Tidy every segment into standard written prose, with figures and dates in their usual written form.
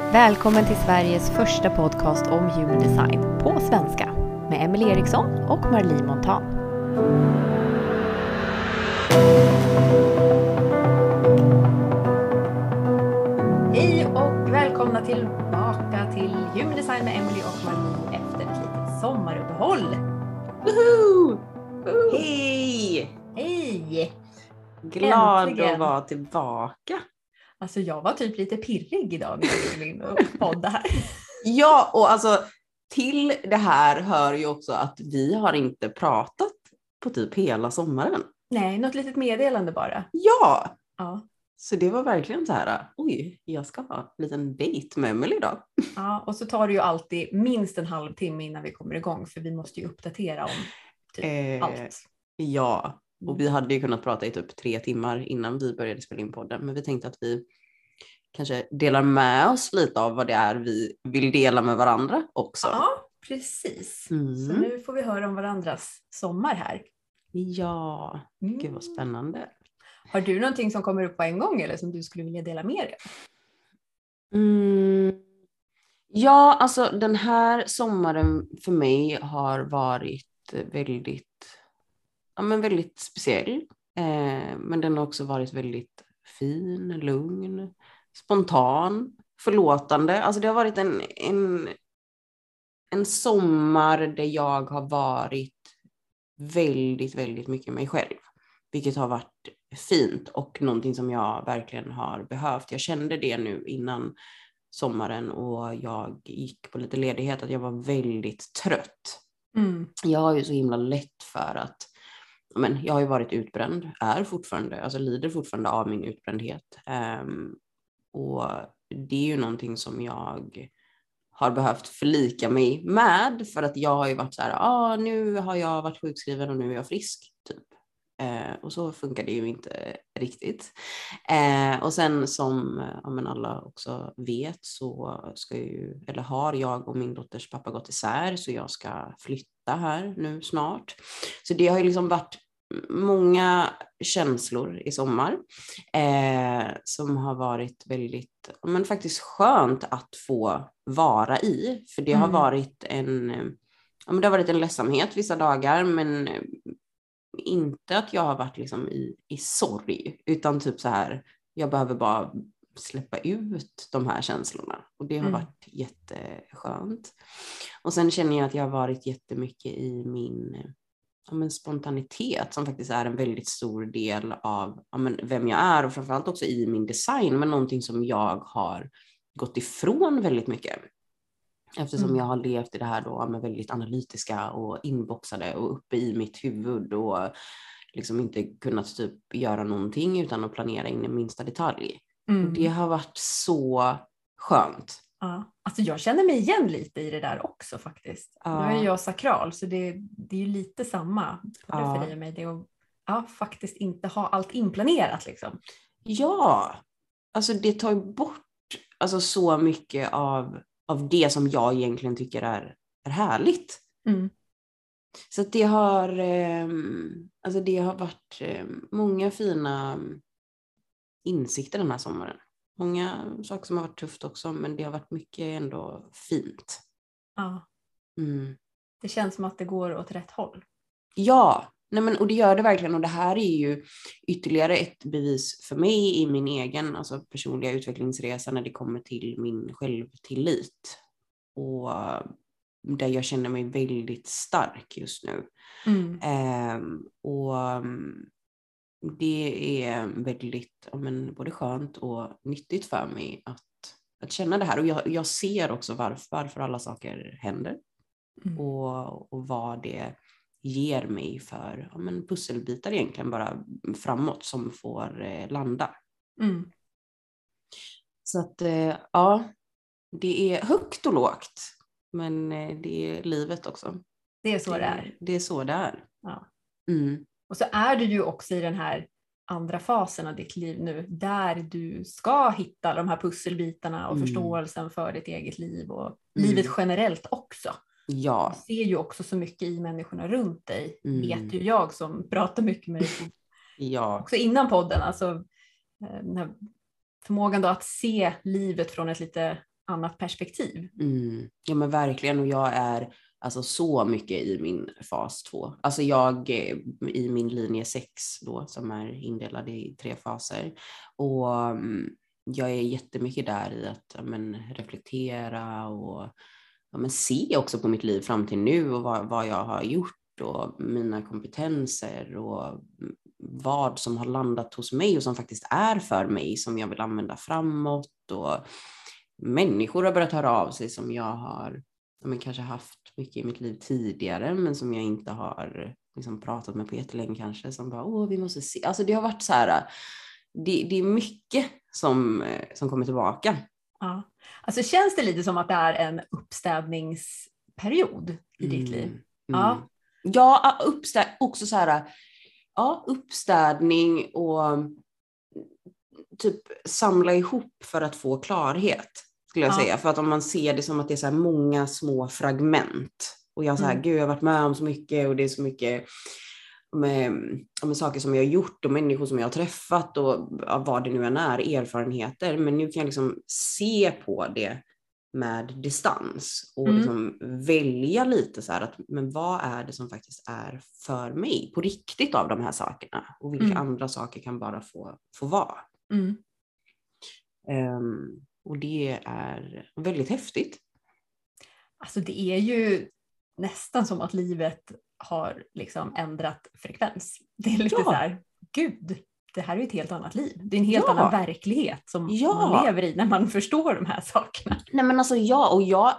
Välkommen till Sveriges första podcast om human design på svenska med Emelie Eriksson och Marlie Montan. Hej och välkomna tillbaka till Human Design med Emelie och Marlie efter ett litet sommaruppehåll. Woho! Hej! Hej! Glad Äntligen. att vara tillbaka. Alltså jag var typ lite pirrig idag när jag skulle in och podda här. Ja, och alltså till det här hör ju också att vi har inte pratat på typ hela sommaren. Nej, något litet meddelande bara. Ja! Ja. Så det var verkligen så här, oj, jag ska ha en liten date med Emelie idag. Ja, och så tar det ju alltid minst en halvtimme innan vi kommer igång, för vi måste ju uppdatera om typ allt. Ja, och vi hade ju kunnat prata i typ 3 timmar innan vi började spela in podden, men vi tänkte att vi kanske delar med oss lite av vad det är vi vill dela med varandra också. Ja, precis. Så nu får vi höra om varandras sommar här. Ja, gud vad spännande. Har du någonting som kommer upp på en gång eller som du skulle vilja dela med dig? Ja, alltså den här sommaren för mig har varit väldigt speciell. Men den har också varit väldigt fin, lugn, spontan, förlåtande. Alltså det har varit en sommar där jag har varit väldigt, väldigt mycket mig själv. Vilket har varit fint och någonting som jag verkligen har behövt. Jag kände det nu innan sommaren och jag gick på lite ledighet att jag var väldigt trött. Jag har ju så himla lätt för att, jag har ju varit utbränd, lider fortfarande av min utbrändhet. Och det är ju någonting som jag har behövt förlika mig med, för att jag har ju varit så här, nu har jag varit sjukskriven och nu är jag frisk typ. Och så funkar det ju inte riktigt. Och sen som alla också vet så har jag och min dotters pappa gått isär, så jag ska flytta här nu snart. Så det har ju liksom varit många känslor i sommar som har varit väldigt faktiskt skönt att få vara i, för det har varit det har varit en ledsamhet vissa dagar, men inte att jag har varit liksom i sorg, utan typ så här, jag behöver bara släppa ut de här känslorna, och det har varit jätteskönt. Och sen känner jag att jag har varit jättemycket i min spontanitet, som faktiskt är en väldigt stor del av vem jag är, och framförallt också i min design, men någonting som jag har gått ifrån väldigt mycket. Eftersom jag har levt i det här då med väldigt analytiska och inboxade och uppe i mitt huvud, och liksom inte kunnat typ göra någonting utan att planera in i minsta detalj. Och det har varit så skönt. Ja, alltså jag känner mig igen lite i det där också faktiskt. Nu är jag sakral, så det är ju lite samma både för dig och mig. Det är att faktiskt inte ha allt inplanerat liksom. Ja, alltså det tar ju bort så mycket av det som jag egentligen tycker är härligt. Så att det har varit många fina insikter den här sommaren. Många saker som har varit tufft också, men det har varit mycket ändå fint. Ja. Det känns som att det går åt rätt håll. Ja, och det gör det verkligen, och det här är ju ytterligare ett bevis för mig i min egen personliga utvecklingsresa när det kommer till min självtillit, och där jag känner mig väldigt stark just nu. Och det är väldigt både skönt och nyttigt för mig att känna det här, och jag ser också varför alla saker händer och vad det ger mig för pusselbitar egentligen bara framåt som får landa. Så att det är högt och lågt, men det är livet också. Det är så det är. Det är så det är. Ja. Och så är du ju också i den här andra fasen av ditt liv nu, där du ska hitta de här pusselbitarna och förståelsen för ditt eget liv och livet generellt också. Ja. Du ser ju också så mycket i människorna runt dig, vet ju jag som pratar mycket med dig också innan podden. Den här förmågan då att se livet från ett lite annat perspektiv. Ja men verkligen, och jag är alltså så mycket i min fas 2. Alltså jag i min linje 6 då, som är indelad i 3 faser. Och jag är jättemycket där i att reflektera och se också på mitt liv fram till nu och vad jag har gjort och mina kompetenser och vad som har landat hos mig och som faktiskt är för mig som jag vill använda framåt. Och människor har börjat höra av sig som jag har kanske haft mycket i mitt liv tidigare men som jag inte har liksom pratat med på jättelänge kanske, som bara vi måste se. Alltså det har varit så här, det är mycket som kommer tillbaka. Ja. Alltså känns det lite som att det är en uppstädningsperiod i ditt liv? Ja. Ja, också så här, uppstädning och typ samla ihop för att få klarhet, skulle jag säga. För att om man ser det som att det är så här många små fragment och jag så här, gud jag har varit med om så mycket och det är så mycket med saker som jag har gjort och människor som jag har träffat och vad det nu än är, erfarenheter, men nu kan jag liksom se på det med distans och liksom välja lite så här att men vad är det som faktiskt är för mig på riktigt av de här sakerna och vilka andra saker kan bara få vara. Och det är väldigt häftigt. Alltså det är ju nästan som att livet har liksom ändrat frekvens. Det är lite så här, gud, det här är ett helt annat liv. Det är en helt annan verklighet som man lever i när man förstår de här sakerna. Nej men alltså och jag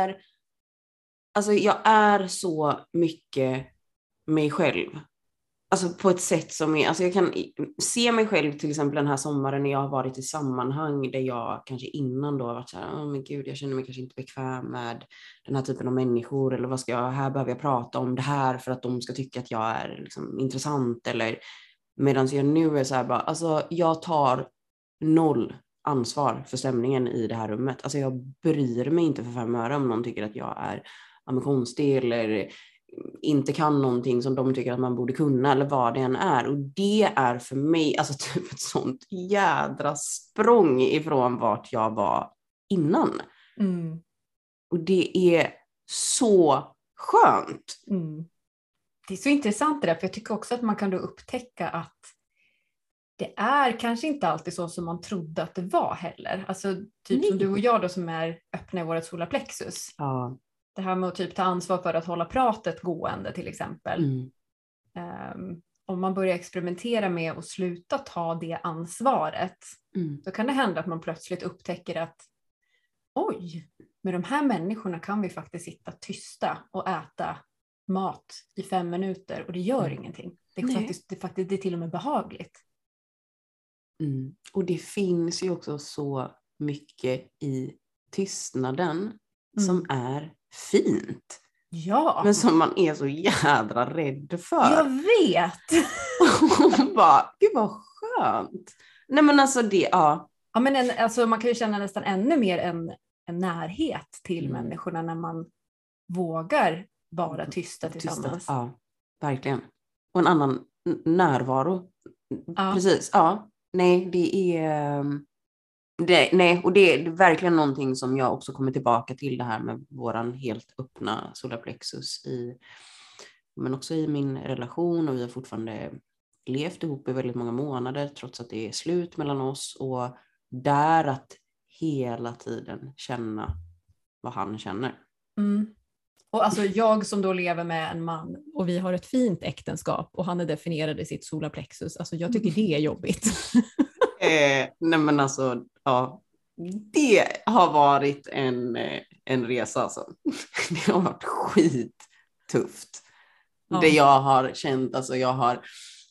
är så mycket mig själv. Alltså på ett sätt som är, alltså jag kan se mig själv till exempel den här sommaren när jag har varit i sammanhang där jag kanske innan då har varit så här, men gud jag känner mig kanske inte bekväm med den här typen av människor eller vad ska jag, här behöver jag prata om det här för att de ska tycka att jag är liksom intressant eller medan jag nu är så här bara, alltså jag tar 0 ansvar för stämningen i det här rummet. Alltså jag bryr mig inte för 5 öre om någon tycker att jag är konstig eller inte kan någonting som de tycker att man borde kunna eller vad det än är. Och det är för mig alltså typ ett sånt jädra språng ifrån vart jag var innan. Och det är så skönt. Det är så intressant det där, för jag tycker också att man kan då upptäcka att det är kanske inte alltid så som man trodde att det var heller. Alltså typ som du och jag då som är öppna i vårt solarplexus. Ja. Det här med att typ ta ansvar för att hålla pratet gående till exempel. Om man börjar experimentera med att sluta ta det ansvaret, då kan det hända att man plötsligt upptäcker att oj, med de här människorna kan vi faktiskt sitta tysta och äta mat i 5 minuter och det gör ingenting. Det är till och med behagligt. Och det finns ju också så mycket i tystnaden som är fint. Ja. Men som man är så jädra rädd för. Jag vet. Och bara, gud vad skönt. Nej men alltså det, Ja men alltså, man kan ju känna nästan ännu mer en närhet till människorna när man vågar vara tysta tillsammans. Ja, verkligen. Och en annan närvaro. Ja. Precis, ja. Nej, och det är verkligen någonting som jag också kommer tillbaka till, det här med våran helt öppna solarplexus men också i min relation, och vi har fortfarande levt ihop i väldigt många månader trots att det är slut mellan oss, och där att hela tiden känna vad han känner. Och alltså jag som då lever med en man och vi har ett fint äktenskap och han är definierad i sitt solarplexus, alltså jag tycker det är jobbigt. Nej men alltså, ja, det har varit en resa alltså. Det har varit skittufft. Det jag har känt, alltså jag har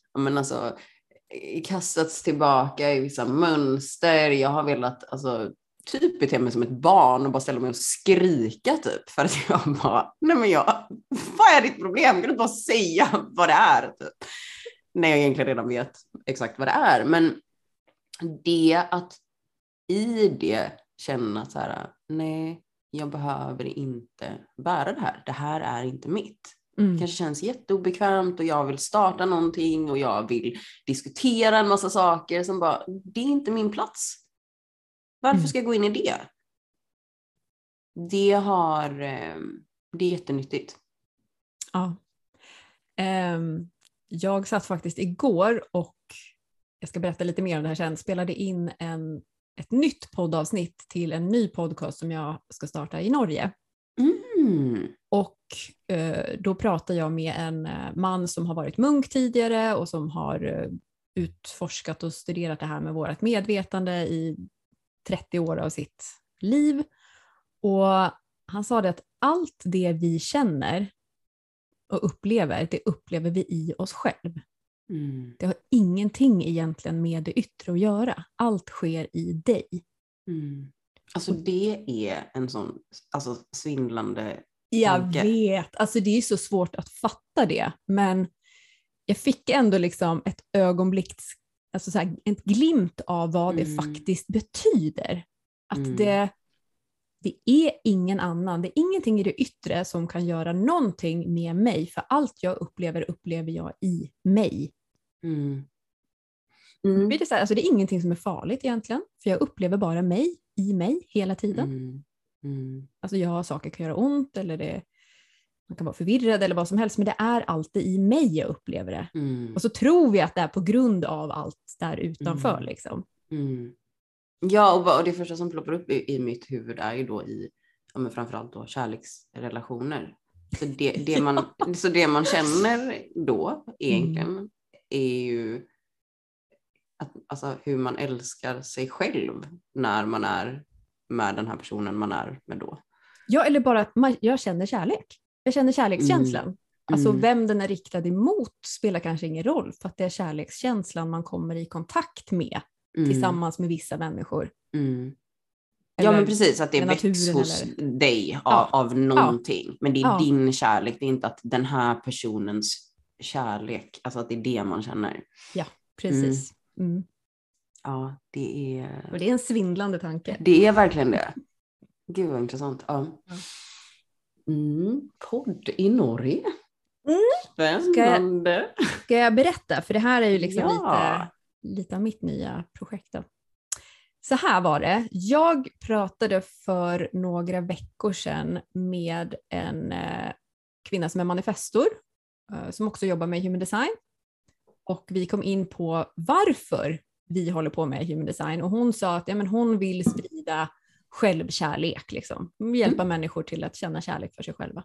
kastats tillbaka i vissa mönster. Jag har velat typ bete mig som ett barn och bara ställa mig och skrika typ, för att jag bara, vad är ditt problem? Kan du bara säga vad det är typ? När jag egentligen redan vet exakt vad det är, men det att i det känna så här, nej, jag behöver inte bära det här. Det här är inte mitt. Det kanske känns jätteobekvämt och jag vill starta någonting och jag vill diskutera en massa saker som bara, det är inte min plats. Varför ska jag gå in i det? Det är jättenyttigt. Ja. Jag satt faktiskt igår och jag ska berätta lite mer om det här sen, spelade in ett nytt poddavsnitt till en ny podcast som jag ska starta i Norge. Och då pratar jag med en man som har varit munk tidigare och som har utforskat och studerat det här med vårt medvetande i 30 år av sitt liv. Och han sa det att allt det vi känner och upplever, det upplever vi i oss själv. Det har ingenting egentligen med det yttre att göra. Allt sker i dig. Alltså det är en sån svindlande Jag tanke. vet, alltså det är så svårt att fatta det, men jag fick ändå liksom ett ögonblick, alltså så här, ett glimt av vad det faktiskt betyder. Att det är ingen annan, det är ingenting i det yttre som kan göra någonting med mig, för allt jag upplever jag i mig. Det är så här, alltså det är ingenting som är farligt egentligen, för jag upplever bara mig i mig hela tiden. Alltså saker kan göra ont, eller man kan vara förvirrad eller vad som helst, men det är alltid i mig jag upplever det. Och så tror vi att det är på grund av allt där utanför liksom. Ja, och det första som ploppar upp i mitt huvud är ju då men framförallt då kärleksrelationer. Så det man känner då egentligen är ju alltså hur man älskar sig själv när man är med den här personen man är med då. Ja, eller bara att jag känner kärlek. Jag känner kärlekskänslan. Alltså vem den är riktad emot spelar kanske ingen roll, för att det är kärlekskänslan man kommer i kontakt med tillsammans med vissa människor. Ja, men precis, att det väcks hos dig av någonting. Men det är din kärlek, det är inte att den här personens kärlek, alltså att det är det man känner. Ja, precis. Ja, det är... Och det är en svindlande tanke. Det är verkligen det. Gud vad intressant. Ja. Podd i Norge. Spännande. Ska jag berätta? För det här är ju liksom lite av mitt nya projekt då. Så här var det. Jag pratade för några veckor sedan med en kvinna som är manifestor, som också jobbar med human design. Och vi kom in på varför vi håller på med human design. Och hon sa att hon vill sprida självkärlek. Liksom. Hjälpa människor till att känna kärlek för sig själva.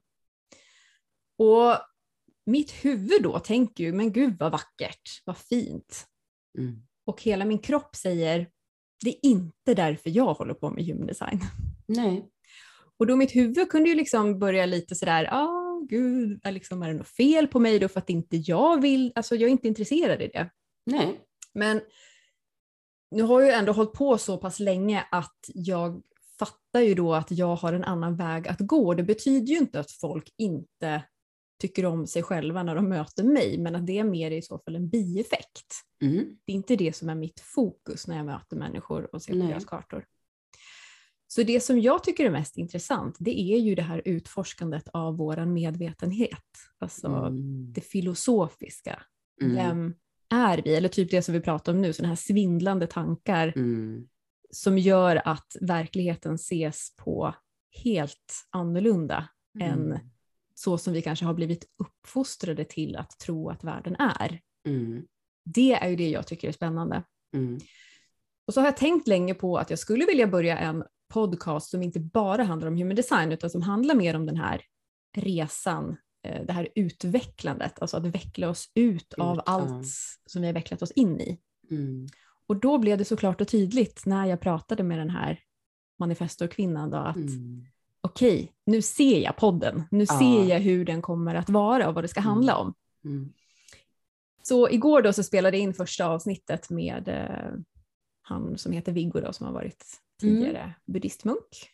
Och mitt huvud då tänker ju, men gud vad vackert, vad fint. Och hela min kropp säger, det är inte därför jag håller på med human design. Nej. Och då mitt huvud kunde ju liksom börja lite sådär, gud, liksom, är det något fel på mig då för att inte jag vill, alltså jag är inte intresserad i det. Nej. Men nu har jag ju ändå hållit på så pass länge att jag fattar ju då att jag har en annan väg att gå. Det betyder ju inte att folk inte tycker om sig själva när de möter mig, men att det är mer i så fall en bieffekt. Det är inte det som är mitt fokus när jag möter människor och ser på deras kartor. Så det som jag tycker är mest intressant, det är ju det här utforskandet av våran medvetenhet. Alltså det filosofiska. Vem är vi? Eller typ det som vi pratar om nu, sådana här svindlande tankar som gör att verkligheten ses på helt annorlunda än så som vi kanske har blivit uppfostrade till att tro att världen är. Det är ju det jag tycker är spännande. Och så har jag tänkt länge på att jag skulle vilja börja en podcast som inte bara handlar om human design, utan som handlar mer om den här resan, det här utvecklandet, alltså att veckla oss ut av allt som vi har vecklat oss in i. Och då blev det så klart och tydligt när jag pratade med den här manifestorkvinnan då att okej, nu ser jag podden, nu ser jag hur den kommer att vara och vad det ska handla om. Så igår då så spelade jag in första avsnittet med han som heter Viggo då, som har varit tidigare buddhistmunk.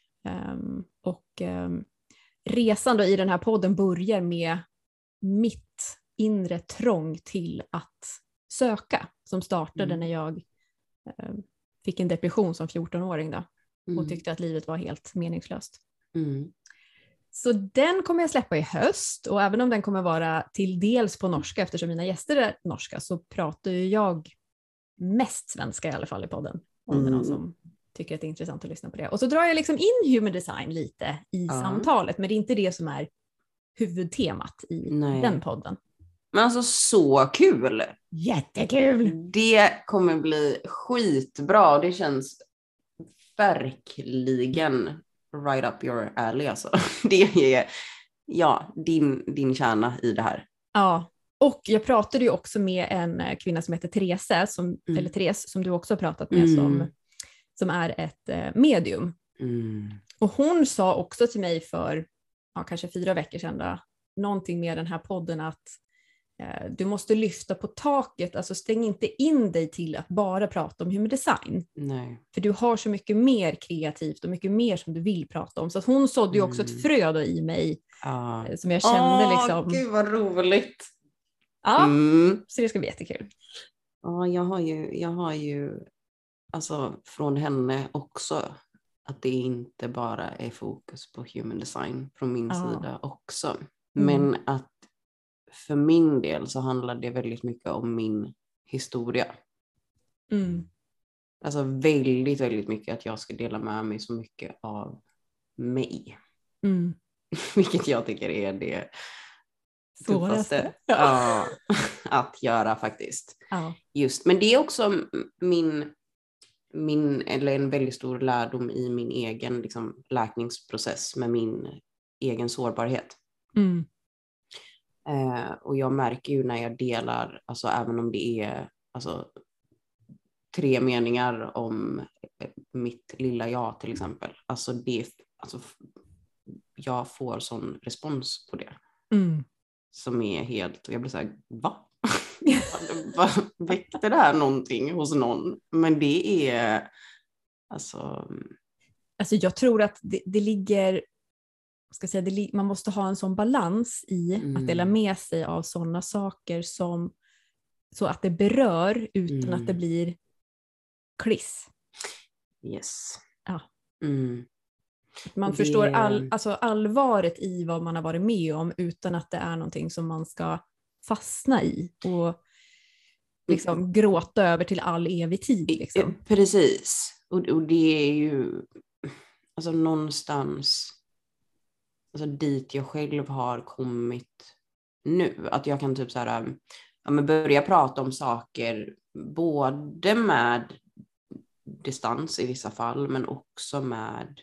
Resan då i den här podden börjar med mitt inre trång till att söka, som startade när jag fick en depression som 14-åring då, och tyckte att livet var helt meningslöst. Så den kommer jag släppa i höst, och även om den kommer vara till dels på norska, eftersom mina gäster är norska, så pratar ju jag mest svenska i alla fall i podden. Om det är någon som tycker att det är intressant att lyssna på det. Och så drar jag liksom in human design lite i samtalet, men det är inte det som är huvudtemat i den podden. Men alltså så kul! Jättekul! Det kommer bli skitbra. Det känns verkligen right up your alley alltså. Det är din kärna i det här. Ja, och jag pratade ju också med en kvinna som heter Therese, eller Therese, som du också har pratat med, som är ett medium. Och hon sa också till mig för kanske 4 veckor sedan då, någonting med den här podden, att du måste lyfta på taket, alltså stäng inte in dig till att bara prata om human design. Nej. För du har så mycket mer kreativt och mycket mer som du vill prata om. Så att hon sådde ju också ett frö då i mig som jag kände liksom. Gud vad roligt! Ja, så det ska bli jättekul. Ja, jag har ju alltså från henne också att det inte bara är fokus på human design från min sida också. Men att för min del så handlar det väldigt mycket om min historia. Alltså väldigt, väldigt mycket att jag ska dela med mig så mycket av mig. Vilket jag tycker är det tuffaste att göra faktiskt. Just, men det är också eller en väldigt stor lärdom i min egen liksom, läkningsprocess med min egen sårbarhet. Och jag märker ju när jag delar, alltså även om det är alltså 3 meningar om mitt lilla jag till exempel, alltså jag får sån respons på det som är helt, och jag blir så här, va? Väckte det här någonting hos någon? Men det är alltså jag tror att det ligger, man måste ha en sån balans i att dela med sig av sådana saker som så att det berör utan att det blir kliss. Yes. Ja. Man förstår allvaret i vad man har varit med om utan att det är någonting som man ska fastna i och liksom gråta över till all evig tid. Liksom. Precis. Och det är ju alltså någonstans alltså dit jag själv har kommit nu. Att jag kan typ så här, börja prata om saker både med distans i vissa fall men också med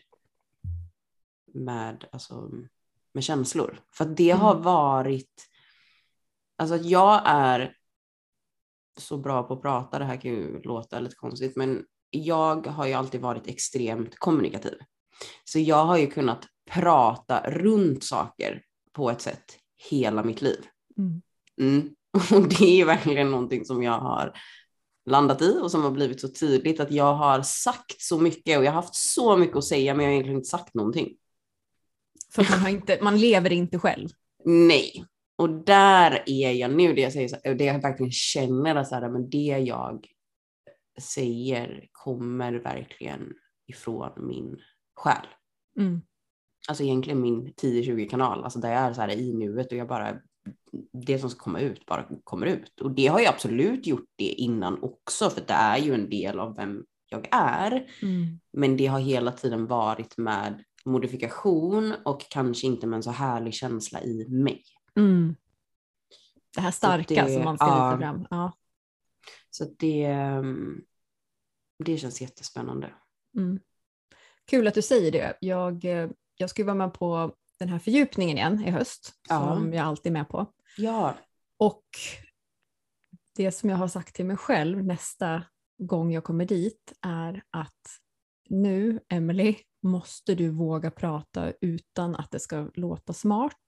känslor. För att det har varit, alltså att jag är så bra på att prata, det här kan ju låta lite konstigt, men jag har ju alltid varit extremt kommunikativ. Så jag har ju kunnat prata runt saker på ett sätt hela mitt liv. Och det är ju verkligen någonting som jag har landat i och som har blivit så tydligt att jag har sagt så mycket och jag har haft så mycket att säga men jag har egentligen inte sagt någonting. För att man lever inte själv. Nej. Och där är jag nu, det jag säger, det jag verkligen känner att så här, men det jag säger kommer verkligen ifrån min själ. Alltså egentligen min 10-20-kanal, alltså där jag är så här i nuet och jag bara, det som ska komma ut bara kommer ut. Och det har jag absolut gjort det innan också, för det är ju en del av vem jag är. Men det har hela tiden varit med modifikation och kanske inte med en så härlig känsla i mig. Det här starka som man ska visa fram. Ja. Så det känns jättespännande. Kul att du säger det. Jag ska vara med på den här fördjupningen igen i höst. Som jag alltid är med på. Ja. Och det som jag har sagt till mig själv nästa gång jag kommer dit är att nu, Emily, måste du våga prata utan att det ska låta smart.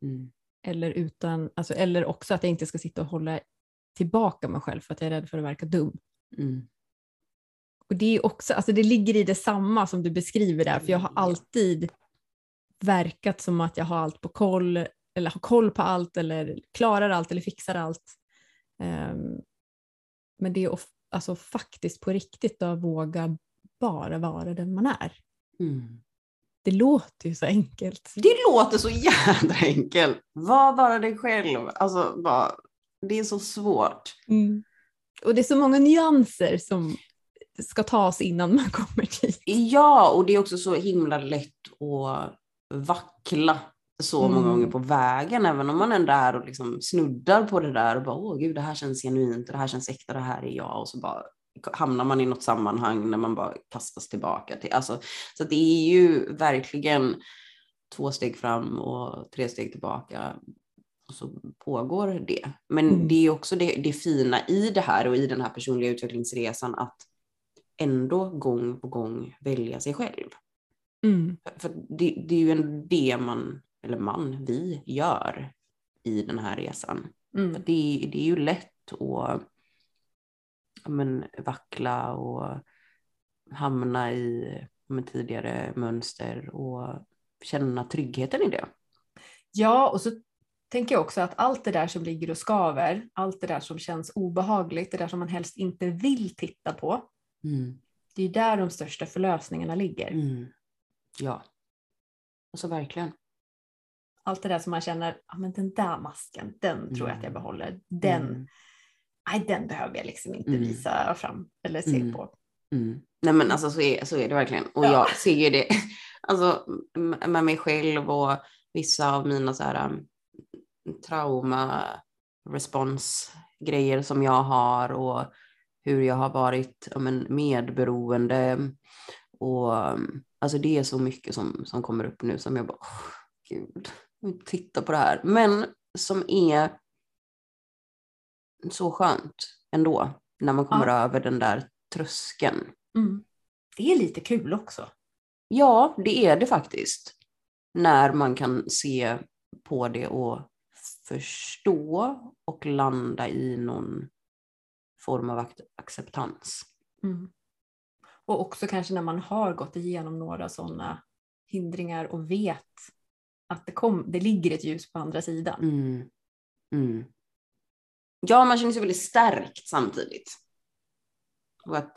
Eller också att jag inte ska sitta och hålla tillbaka mig själv för att jag är rädd för att verka dum. Och det är också, alltså det ligger i det samma som du beskriver där, för jag har alltid verkat som att jag har allt på koll, eller har koll på allt, eller klarar allt, eller fixar allt. Men det är alltså faktiskt på riktigt att våga bara vara den man är. Det låter ju så enkelt. Det låter så jävla enkelt. Var bara dig själv. Alltså, det är så svårt. Och det är så många nyanser ska tas innan man kommer dit. Ja, och det är också så himla lätt att vackla så många gånger på vägen, även om man är där och liksom snuddar på det där och bara, åh gud, det här känns genuint, det här känns äkta, det här är jag, och så bara hamnar man i något sammanhang när man bara kastas tillbaka till, alltså, så det är ju verkligen 2 steg fram och 3 steg tillbaka, och så pågår det. Men det är också det fina i det här och i den här personliga utvecklingsresan, att ändå gång på gång välja sig själv. För det är ju ändå det vi gör i den här resan. Det är ju lätt att vackla och hamna i tidigare mönster och känna tryggheten i det. Ja, och så tänker jag också att allt det där som ligger och skaver, allt det där som känns obehagligt, det där som man helst inte vill titta på, det är där de största förlösningarna ligger. Ja, alltså verkligen. Allt det där som man känner, men den där masken, den tror jag att jag behåller. Den behöver jag liksom inte visa fram eller se på. Nej, men alltså så är det verkligen. Och jag ser ju det alltså, med mig själv och vissa av mina så här trauma response grejer som jag har, och hur jag har varit medberoende, och alltså det är så mycket som kommer upp nu som jag bara, gud, titta på det här, men som är så skönt ändå när man kommer över den där tröskeln. Det är lite kul också. Ja, det är det faktiskt. När man kan se på det och förstå och landa i någon form av acceptans. Och också kanske när man har gått igenom några sådana hindringar och vet att det ligger ett ljus på andra sidan. Ja, man känner sig väldigt stärkt samtidigt. Och att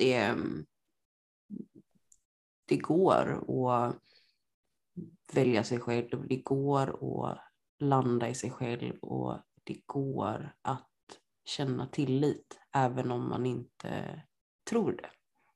det går att välja sig själv, det går att landa i sig själv, och det går att känna tillit även om man inte tror det.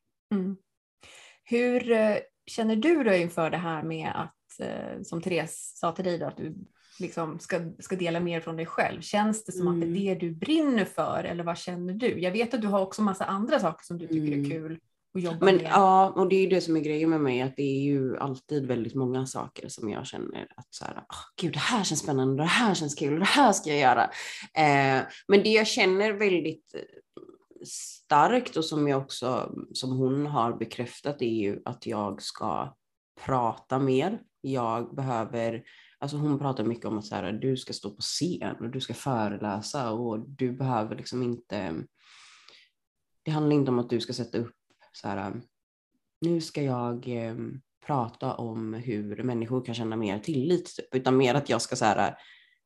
Hur känner du då inför det här med att, som Therese sa till dig då, att du liksom ska dela mer från dig själv? Känns det som att det är det du brinner för, eller vad känner du? Jag vet att du har också massa andra saker som du tycker är kul att jobba med. Ja, och det är ju det som är grejen med mig, att det är ju alltid väldigt många saker som jag känner att så här, gud, det här känns spännande, det här känns kul, det här ska jag göra. Men det jag känner väldigt starkt, och som jag också, som hon har bekräftat, är ju att jag ska prata mer. Jag behöver, alltså hon pratar mycket om att så här, du ska stå på scen och du ska föreläsa, och du behöver liksom inte, det handlar inte om att du ska sätta upp så här, nu ska jag prata om hur människor kan känna mer tillit typ, utan mer att jag ska så här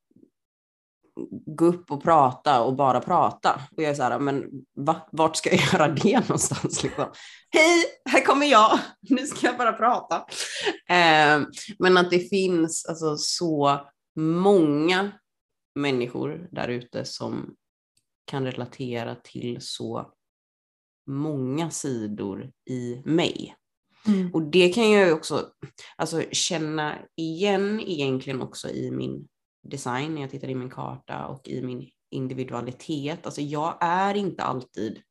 gå upp och prata och bara prata, och jag är så här, men vart ska jag göra det någonstans liksom? Hej, här kommer jag, nu ska jag bara prata. Men att det finns alltså så många människor där ute som kan relatera till så många sidor i mig. Och det kan jag ju också alltså känna igen egentligen också i min design, när jag tittar i min karta och i min individualitet. Alltså jag är inte alltid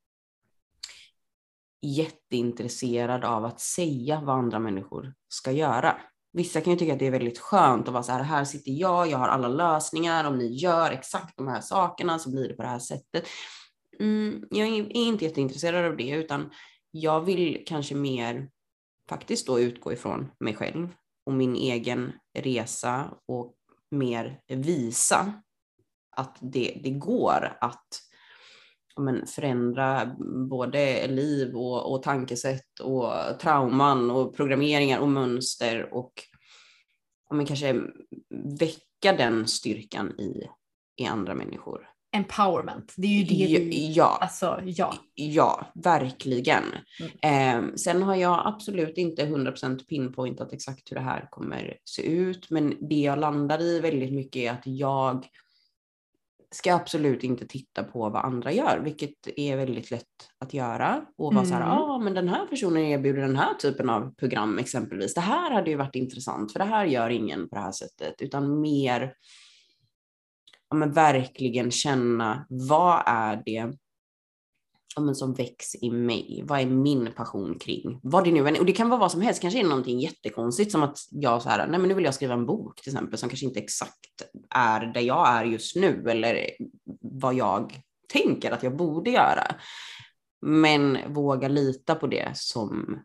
jätteintresserad av att säga vad andra människor ska göra. Vissa kan ju tycka att det är väldigt skönt att vara så här, här sitter jag har alla lösningar, om ni gör exakt de här sakerna så blir det på det här sättet. Jag är inte jätteintresserad av det, utan jag vill kanske mer faktiskt då utgå ifrån mig själv och min egen resa, och mer visa att det går att förändra både liv och tankesätt och trauman och programmeringar och mönster, och kanske väcka den styrkan i andra människor. Empowerment, det är ju det vi... Ja, verkligen. Sen har jag absolut inte 100% pinpointat exakt hur det här kommer se ut, men det jag landar i väldigt mycket är att jag ska absolut inte titta på vad andra gör, vilket är väldigt lätt att göra. Och vara så här, men den här personen erbjuder den här typen av program exempelvis. Det här hade ju varit intressant, för det här gör ingen på det här sättet. Utan mer, men verkligen känna, vad är det som väcks i mig? Vad är min passion kring? Vad det nu är. Och det kan vara vad som helst. Kanske är det någonting jättekonstigt som att jag så här, nej men nu vill jag skriva en bok till exempel som kanske inte exakt är där jag är just nu eller vad jag tänker att jag borde göra. Men våga lita på det som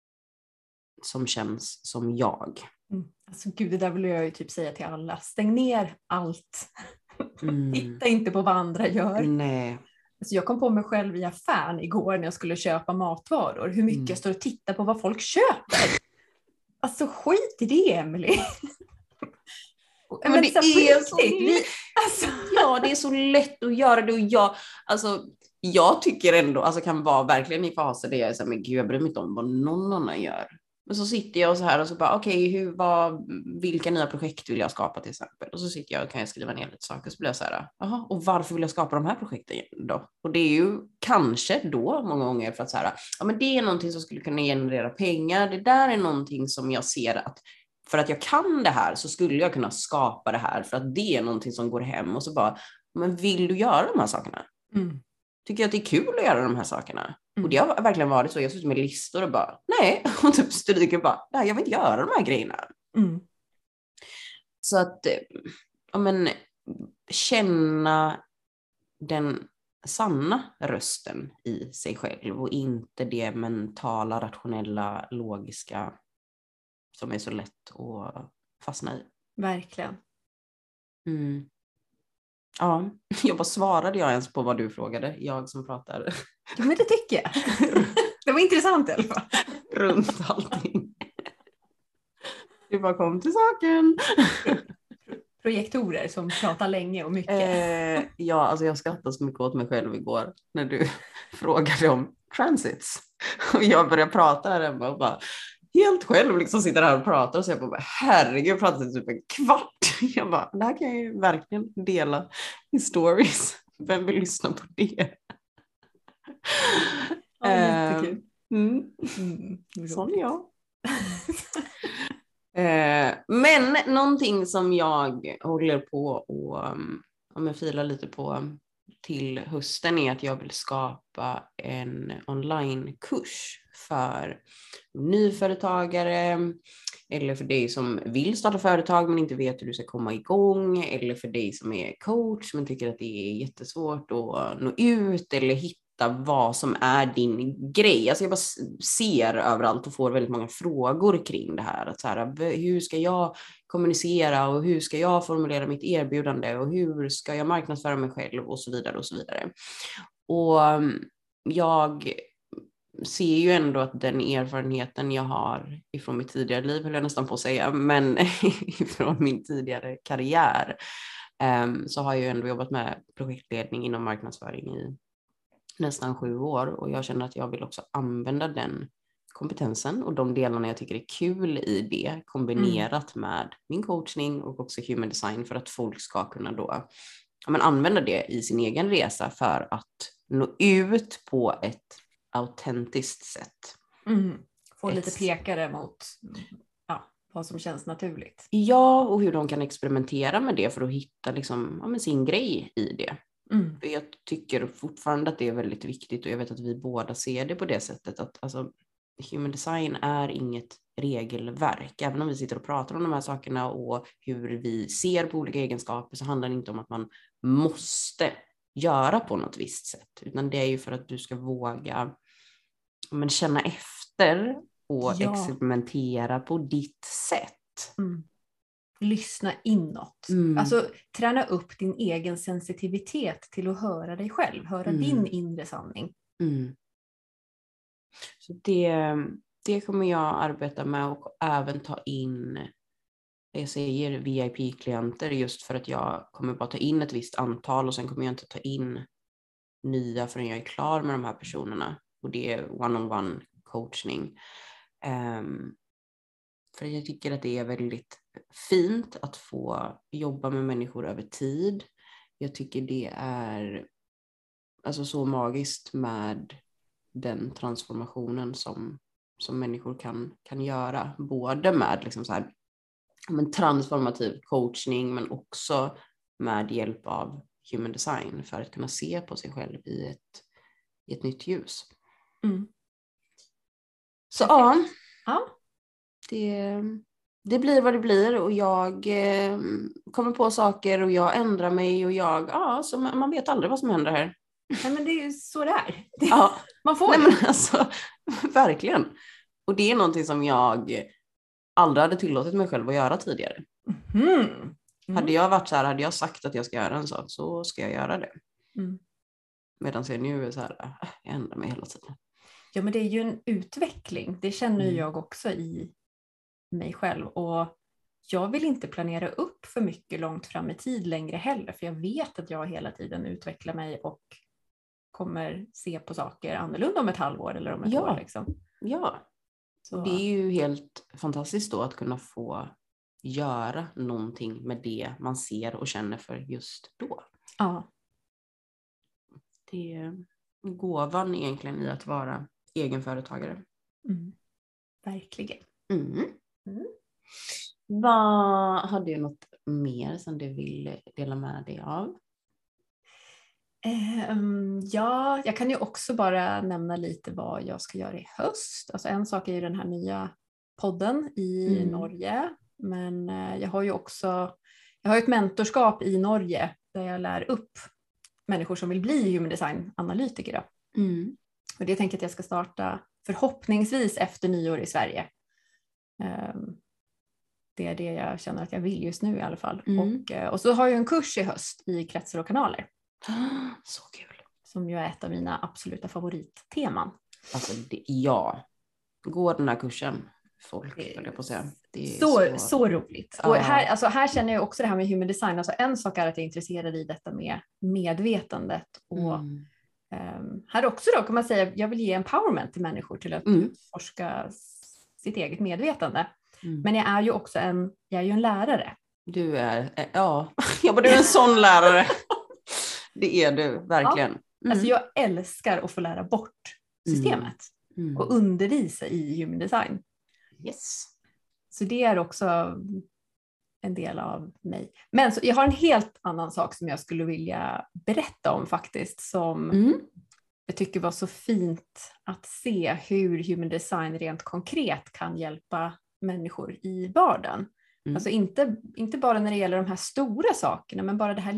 känns som jag. Alltså gud, det där vill jag ju typ säga till alla. Stäng ner allt. Titta inte på vad andra gör. Nej. Alltså jag kom på mig själv i affären igår när jag skulle köpa matvaror. Hur mycket jag står och tittar på vad folk köper. Alltså skit i det, Emily. Men det är så ja, det är så lätt att göra det. Och jag tycker ändå, kan vara verkligen i faser där jag är så här, men gud, jag bryr mig inte om vad någon annan gör. Men så sitter jag så här och så bara, okej, vilka nya projekt vill jag skapa till exempel? Och så sitter jag och kan jag skriva ner lite saker, så blir jag så här, jaha, och varför vill jag skapa de här projekten då? Och det är ju kanske då många gånger för att så här, ja men det är någonting som skulle kunna generera pengar. Det där är någonting som jag ser att för att jag kan det här så skulle jag kunna skapa det här för att det är någonting som går hem. Och så bara, men vill du göra de här sakerna? Tycker jag att det är kul att göra de här sakerna? Och det har verkligen varit så. Jag sitter med listor och bara, nej. Och typ stryker bara, nej, jag vill inte göra de här grejerna. Så att, känna den sanna rösten i sig själv. Och inte det mentala, rationella, logiska som är så lätt att fastna i. Verkligen. Ja, jag svarade jag ens på vad du frågade? Jag som pratar. Ja, men det tycker jag. Det var intressant i alla fall. Runt allting. Du bara kom till saken. Projektorer som pratar länge och mycket. Ja, jag skrattade så mycket åt mig själv igår när du frågade om transits. Och jag började prata här hemma och bara helt själv liksom sitter här och pratar och så jag bara, herregud, jag pratade typ en kvart. Jag bara, det här kan jag ju verkligen dela i stories. Vem vill lyssna på det? Ja, jättekul. Sån är jag. Men någonting som jag håller på och filar lite på till hösten är att jag vill skapa en onlinekurs för nyföretagare eller för dig som vill starta företag men inte vet hur du ska komma igång, eller för dig som är coach men tycker att det är jättesvårt att nå ut eller hitta vad som är din grej. Jag bara ser överallt och får väldigt många frågor kring det här. Att så här, hur ska jag kommunicera och hur ska jag formulera mitt erbjudande och hur ska jag marknadsföra mig själv och så vidare och så vidare. Och jag ser ju ändå att den erfarenheten jag har ifrån mitt tidigare liv, höll jag nästan på att säga, men ifrån min tidigare karriär, så har jag ju ändå jobbat med projektledning inom marknadsföring i nästan 7 år, och jag känner att jag vill också använda den kompetensen och de delarna jag tycker är kul i det kombinerat med min coachning och också human design för att folk ska kunna då använda det i sin egen resa för att nå ut på ett autentiskt sätt. Få lite pekare mot vad som känns naturligt. Ja, och hur de kan experimentera med det för att hitta liksom, sin grej i det. För jag tycker fortfarande att det är väldigt viktigt, och jag vet att vi båda ser det på det sättet att human design är inget regelverk. Även om vi sitter och pratar om de här sakerna och hur vi ser på olika egenskaper, så handlar det inte om att man måste göra på något visst sätt, utan det är ju för att du ska våga känna efter och experimentera på ditt sätt. Lyssna inåt. Alltså träna upp din egen sensitivitet till att höra dig själv, höra din inre sanning. Så det kommer jag arbeta med, och även ta in, jag säger VIP-klienter, just för att jag kommer bara ta in ett visst antal och sen kommer jag inte ta in nya förrän jag är klar med de här personerna, och det är one-on-one coachning. För jag tycker att det är väldigt fint att få jobba med människor över tid. jag tycker det är alltså så magiskt med den transformationen som människor kan göra. Både med liksom så här, men transformativ coachning, men också med hjälp av human design för att kunna se på sig själv i ett nytt ljus. Mm. Så ja. Det blir vad det blir, och jag kommer på saker och jag ändrar mig, och så man vet aldrig vad som händer här. Nej, men det är ju så det är. Ja. Man får Nej, det. men alltså, verkligen. Och det är någonting som jag aldrig hade tillåtit mig själv att göra tidigare. Mm. Hade jag varit så här, hade jag sagt att jag ska göra en sak, så ska jag göra det. Mm. Medan jag nu är så här, jag ändrar mig hela tiden. Ja, men det är ju en utveckling. Det känner jag också i mig själv. Och jag vill inte planera upp för mycket långt fram i tid längre heller. För jag vet att jag hela tiden utvecklar mig och kommer se på saker annorlunda om ett halvår eller om ett år. Liksom. Ja, så. Och det är ju helt fantastiskt då att kunna få göra någonting med det man ser och känner för just då. Ja. Det är gåvan egentligen i att vara egenföretagare. Verkligen. Har du något mer som du vill dela med dig av? Ja, jag kan ju också bara nämna lite vad jag ska göra i höst. Alltså en sak är ju den här nya podden i Norge. Men jag har ju ett mentorskap i Norge där jag lär upp människor som vill bli human design-analytiker. Och det tänker jag att jag ska starta förhoppningsvis efter nyår i Sverige. Det är det jag känner att jag vill just nu i alla fall. Och så har jag en kurs i höst i kretsar och kanaler. Så kul. Som ju är ett av mina absoluta favoritteman. Alltså går den här kursen folk, höll jag på att säga. Det är så roligt. Och här känner jag också det här med human design. Alltså en sak är att jag är intresserad i detta med medvetandet. Och här också då kan man säga jag vill ge empowerment till människor till att forska sitt eget medvetande. Men jag är ju också en lärare. Du är en sån lärare. Det är du, verkligen. Alltså jag älskar att få lära bort systemet. Och undervisa i human design. Yes. Så det är också en del av mig. Men så, jag har en helt annan sak som jag skulle vilja berätta om faktiskt. Som jag tycker var så fint att se hur human design rent konkret kan hjälpa människor i vardagen. Alltså inte bara när det gäller de här stora sakerna, men bara den här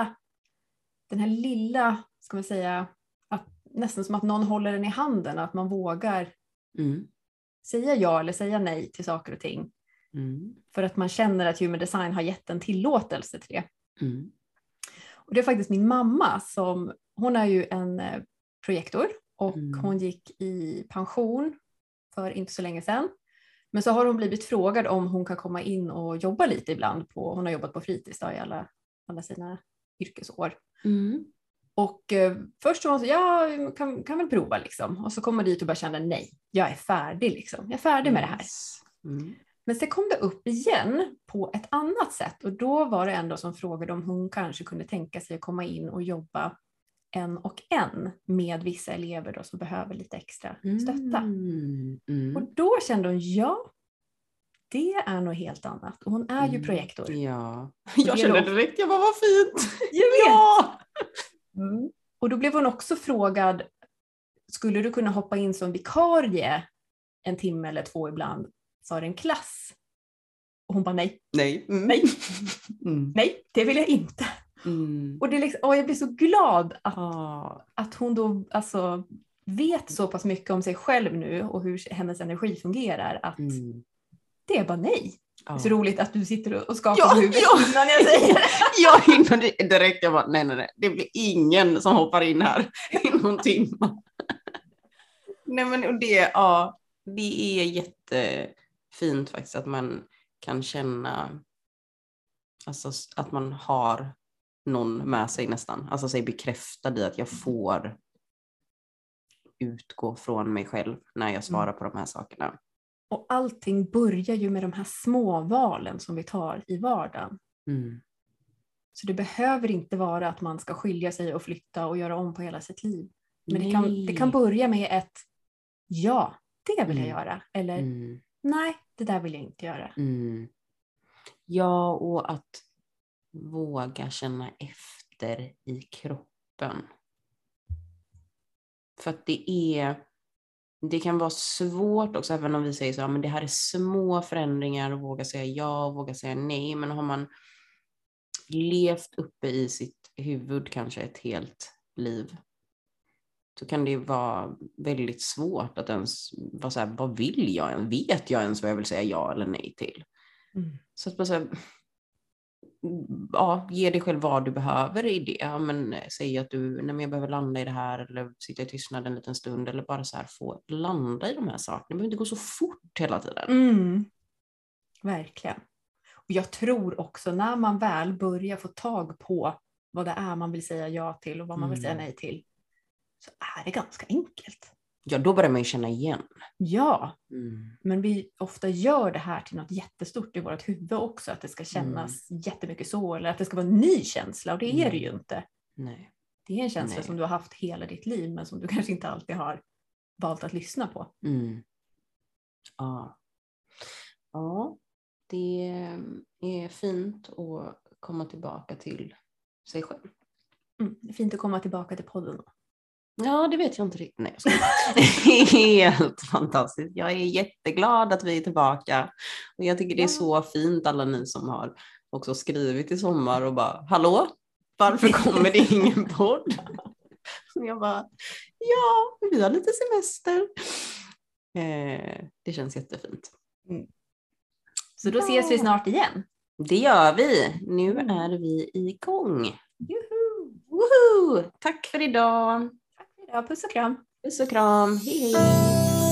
lilla, ska man säga, att nästan som att någon håller den i handen, att man vågar säga ja eller säga nej till saker och ting. För att man känner att human design har gett en tillåtelse till det. Och det är faktiskt min mamma hon är ju en projektor och hon gick i pension för inte så länge sedan. Men så har hon blivit frågad om hon kan komma in och jobba lite ibland. Hon har jobbat på fritids i alla sina yrkesår. Och först så hon jag kan väl prova liksom. Och så kommer dit och bara känna nej, jag är färdig liksom. Jag är färdig med det här. Men sen kom det upp igen på ett annat sätt. Och då var det ändå som frågade om hon kanske kunde tänka sig att komma in och jobba en och en med vissa elever då, som behöver lite extra stötta. Och då kände hon, det är något helt annat. Och hon är ju projektor. Ja, jag kände direkt, jag bara, vad fint. Jag vet. Ja! Och då blev hon också frågad, skulle du kunna hoppa in som vikarie en timme eller 2 ibland för en klass? Och hon bara nej. Nej, det vill jag inte. Och det är liksom, jag blir så glad att hon då alltså vet så pass mycket om sig själv nu och hur hennes energi fungerar att det är bara nej. Det är så roligt att du sitter och skakar på huvudet innan jag säger det. Jag hinner direkt, jag bara nej, det blir ingen som hoppar in här i någon timme. Nej men det är jättefint faktiskt att man kan känna alltså att man har någon med sig nästan, alltså sig bekräftad i att jag får utgå från mig själv när jag svarar på de här sakerna. Och allting börjar ju med de här små valen som vi tar i vardagen. Så det behöver inte vara att man ska skilja sig och flytta och göra om på hela sitt liv. Men det kan börja med ett ja, det vill jag göra. Eller nej, det där vill jag inte göra. Ja, och att våga känna efter i kroppen. För att det kan vara svårt också, även om vi säger så, ja, men det här är små förändringar och våga säga ja och våga säga nej. Men har man levt uppe i sitt huvud kanske ett helt liv, så kan det vara väldigt svårt att ens vara så här, vad vill jag? Vet jag ens vad jag vill säga ja eller nej till? Så att bara så här, ja, ge dig själv vad du behöver i det. Ja, men säg att jag behöver landa i det här, eller sitta i tystnad en liten stund, eller bara så här få landa i de här sakerna. Det behöver inte gå så fort hela tiden. Verkligen. Och jag tror också när man väl börjar få tag på vad det är man vill säga ja till och vad man vill säga nej till, så är det ganska enkelt. Ja, då börjar man ju känna igen. Ja, men vi ofta gör det här till något jättestort i vårt huvud också. Att det ska kännas jättemycket så, eller att det ska vara en ny känsla, och det är det ju inte. Nej. Det är en känsla som du har haft hela ditt liv, men som du kanske inte alltid har valt att lyssna på. Ja, det är fint att komma tillbaka till sig själv. Det är fint att komma tillbaka till podden. Ja, det vet jag inte riktigt. Nej, jag helt fantastiskt. Jag är jätteglad att vi är tillbaka. Och jag tycker det är så fint, alla ni som har också skrivit i sommar och bara, hallå, varför kommer det ingen podd? Och jag bara, ja, vi har lite semester. Det känns jättefint. Så då ses vi snart igen. Det gör vi. Nu är vi igång. Juhu! Tack för idag. Tack för idag. Puss och kram. Puss och kram. Hej hej.